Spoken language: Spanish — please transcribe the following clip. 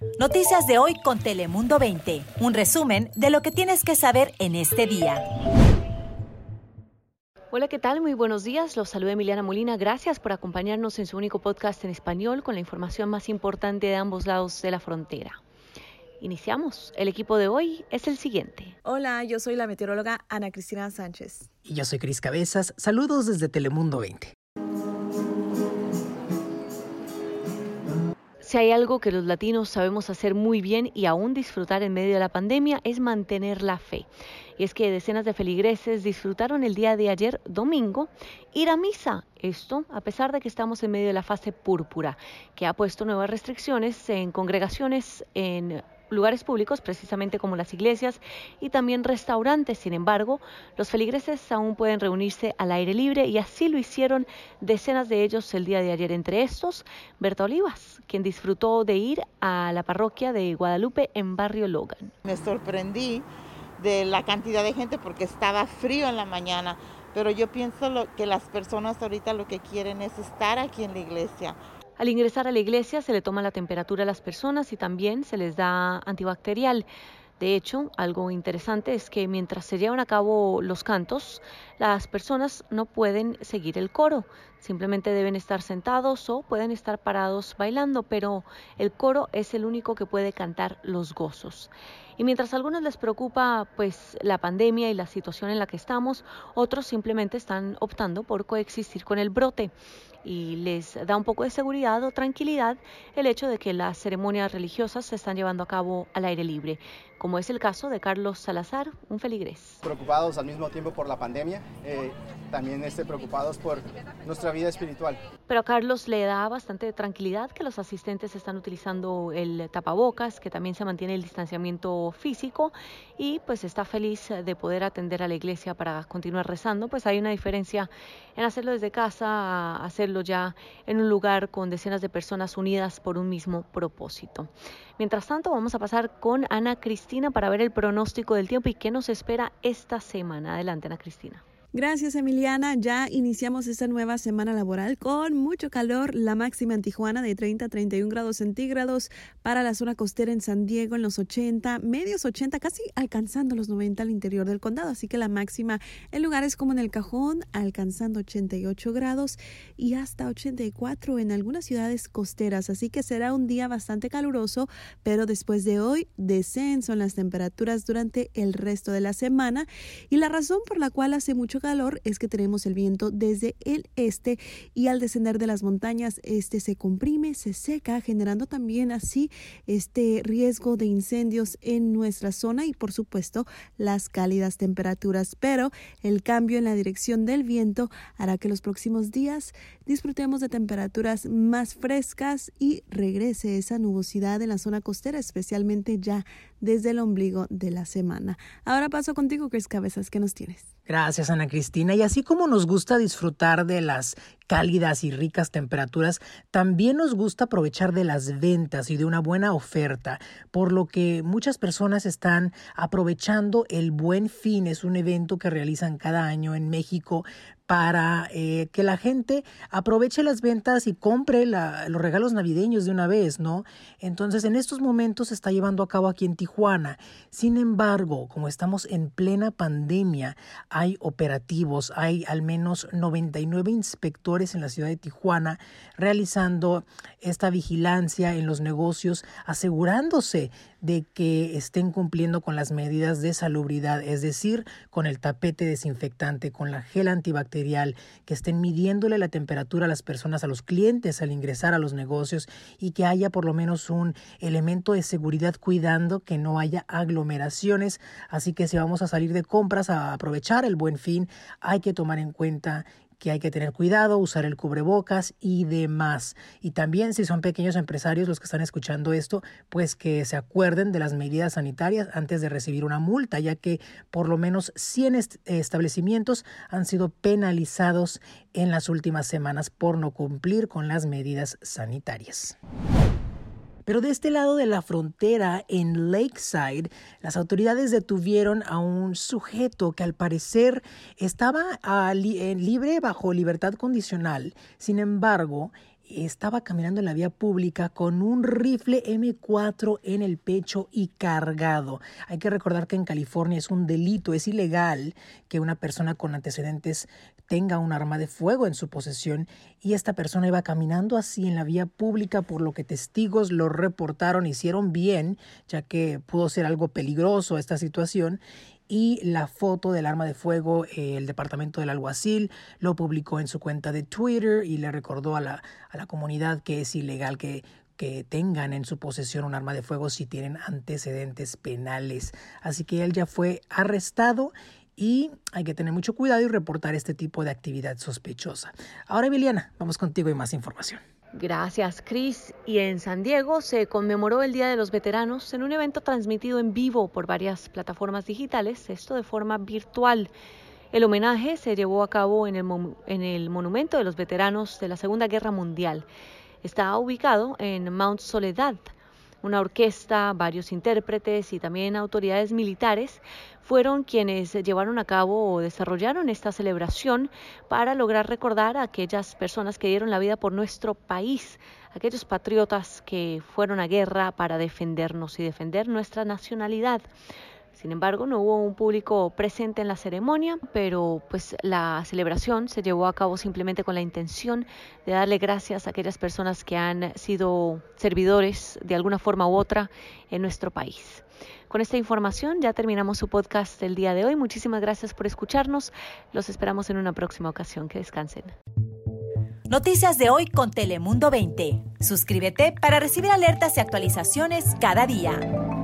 Noticias de hoy con Telemundo 20. Un resumen de lo que tienes que saber en este día. Hola, ¿qué tal? Muy buenos días. Los saluda Emiliana Molina. Gracias por acompañarnos en su único podcast en español con la información más importante de ambos lados de la frontera. Iniciamos. El equipo de hoy es el siguiente. Hola, yo soy la meteoróloga Ana Cristina Sánchez. Y yo soy Cris Cabezas. Saludos desde Telemundo 20. Si hay algo que los latinos sabemos hacer muy bien y aún disfrutar en medio de la pandemia es mantener la fe. Y es que decenas de feligreses disfrutaron el día de ayer, domingo, ir a misa. Esto a pesar de que estamos en medio de la fase púrpura, que ha puesto nuevas restricciones en congregaciones en lugares públicos, precisamente como las iglesias y también restaurantes. Sin embargo, los feligreses aún pueden reunirse al aire libre y así lo hicieron decenas de ellos el día de ayer. Entre estos, Berta Olivas, quien disfrutó de ir a la parroquia de Guadalupe en Barrio Logan. Me sorprendí de la cantidad de gente porque estaba frío en la mañana, pero yo pienso que las personas ahorita lo que quieren es estar aquí en la iglesia. Al ingresar a la iglesia se le toma la temperatura a las personas y también se les da antibacterial. De hecho, algo interesante es que mientras se llevan a cabo los cantos, las personas no pueden seguir el coro. Simplemente deben estar sentados o pueden estar parados bailando, pero el coro es el único que puede cantar los gozos. Y mientras a algunos les preocupa pues la pandemia y la situación en la que estamos, otros simplemente están optando por coexistir con el brote. Y les da un poco de seguridad o tranquilidad el hecho de que las ceremonias religiosas se están llevando a cabo al aire libre, como es el caso de Carlos Salazar, un feligrés. Preocupados al mismo tiempo por la pandemia, también preocupados por nuestra vida espiritual. Pero a Carlos le da bastante tranquilidad que los asistentes están utilizando el tapabocas, que también se mantiene el distanciamiento físico y pues está feliz de poder atender a la iglesia para continuar rezando. Pues hay una diferencia en hacerlo desde casa a hacerlo ya en un lugar con decenas de personas unidas por un mismo propósito. Mientras tanto, vamos a pasar con Ana Cristina para ver el pronóstico del tiempo y qué nos espera esta semana. Adelante, Ana Cristina. Gracias, Emiliana. Ya iniciamos esta nueva semana laboral con mucho calor. La máxima en Tijuana de 30 a 31 grados centígrados. Para la zona costera en San Diego en los 80, medios 80, casi alcanzando los 90 al interior del condado. Así que la máxima en lugares como en El Cajón, alcanzando 88 grados y hasta 84 en algunas ciudades costeras. Así que será un día bastante caluroso, pero después de hoy, descenso en las temperaturas durante el resto de la semana. Y la razón por la cual hace mucho calor es que tenemos el viento desde el este y al descender de las montañas se comprime, se seca, generando también así riesgo de incendios en nuestra zona y por supuesto las cálidas temperaturas, pero el cambio en la dirección del viento hará que los próximos días disfrutemos de temperaturas más frescas y regrese esa nubosidad en la zona costera, especialmente ya desde el ombligo de la semana. Ahora paso contigo, Cris Cabezas, ¿qué nos tienes? Gracias, Ana Cristina. Y así como nos gusta disfrutar de las cálidas y ricas temperaturas, también nos gusta aprovechar de las ventas y de una buena oferta, por lo que muchas personas están aprovechando el Buen Fin. Es un evento que realizan cada año en México para que la gente aproveche las ventas y compre los regalos navideños de una vez, ¿no? Entonces, en estos momentos se está llevando a cabo aquí en Tijuana. Sin embargo, como estamos en plena pandemia, hay operativos, hay al menos 99 inspectores en la ciudad de Tijuana realizando esta vigilancia en los negocios, asegurándose de que estén cumpliendo con las medidas de salubridad, es decir, con el tapete desinfectante, con la gel antibacterial, que estén midiéndole la temperatura a las personas, a los clientes al ingresar a los negocios y que haya por lo menos un elemento de seguridad cuidando que no haya aglomeraciones. Así que si vamos a salir de compras a aprovechar el Buen Fin, hay que tomar en cuenta que hay que tener cuidado, usar el cubrebocas y demás. Y también si son pequeños empresarios los que están escuchando esto, pues que se acuerden de las medidas sanitarias antes de recibir una multa, ya que por lo menos 100 establecimientos han sido penalizados en las últimas semanas por no cumplir con las medidas sanitarias. Pero de este lado de la frontera, en Lakeside, las autoridades detuvieron a un sujeto que al parecer estaba libre bajo libertad condicional. Sin embargo, estaba caminando en la vía pública con un rifle M4 en el pecho y cargado. Hay que recordar que en California es un delito, es ilegal que una persona con antecedentes tenga un arma de fuego en su posesión, y esta persona iba caminando así en la vía pública, por lo que testigos lo reportaron, hicieron bien, ya que pudo ser algo peligroso esta situación. Y la foto del arma de fuego, el departamento del alguacil lo publicó en su cuenta de Twitter y le recordó a la comunidad que es ilegal que tengan en su posesión un arma de fuego si tienen antecedentes penales. Así que él ya fue arrestado y hay que tener mucho cuidado y reportar este tipo de actividad sospechosa. Ahora, Emiliana, vamos contigo y más información. Gracias, Chris. Y en San Diego se conmemoró el Día de los Veteranos en un evento transmitido en vivo por varias plataformas digitales, esto de forma virtual. El homenaje se llevó a cabo en el Monumento de los Veteranos de la Segunda Guerra Mundial. Está ubicado en Mount Soledad. Una orquesta, varios intérpretes y también autoridades militares fueron quienes llevaron a cabo o desarrollaron esta celebración para lograr recordar a aquellas personas que dieron la vida por nuestro país, aquellos patriotas que fueron a guerra para defendernos y defender nuestra nacionalidad. Sin embargo, no hubo un público presente en la ceremonia, pero pues la celebración se llevó a cabo simplemente con la intención de darle gracias a aquellas personas que han sido servidores de alguna forma u otra en nuestro país. Con esta información ya terminamos su podcast del día de hoy. Muchísimas gracias por escucharnos. Los esperamos en una próxima ocasión. Que descansen. Noticias de hoy con Telemundo 20. Suscríbete para recibir alertas y actualizaciones cada día.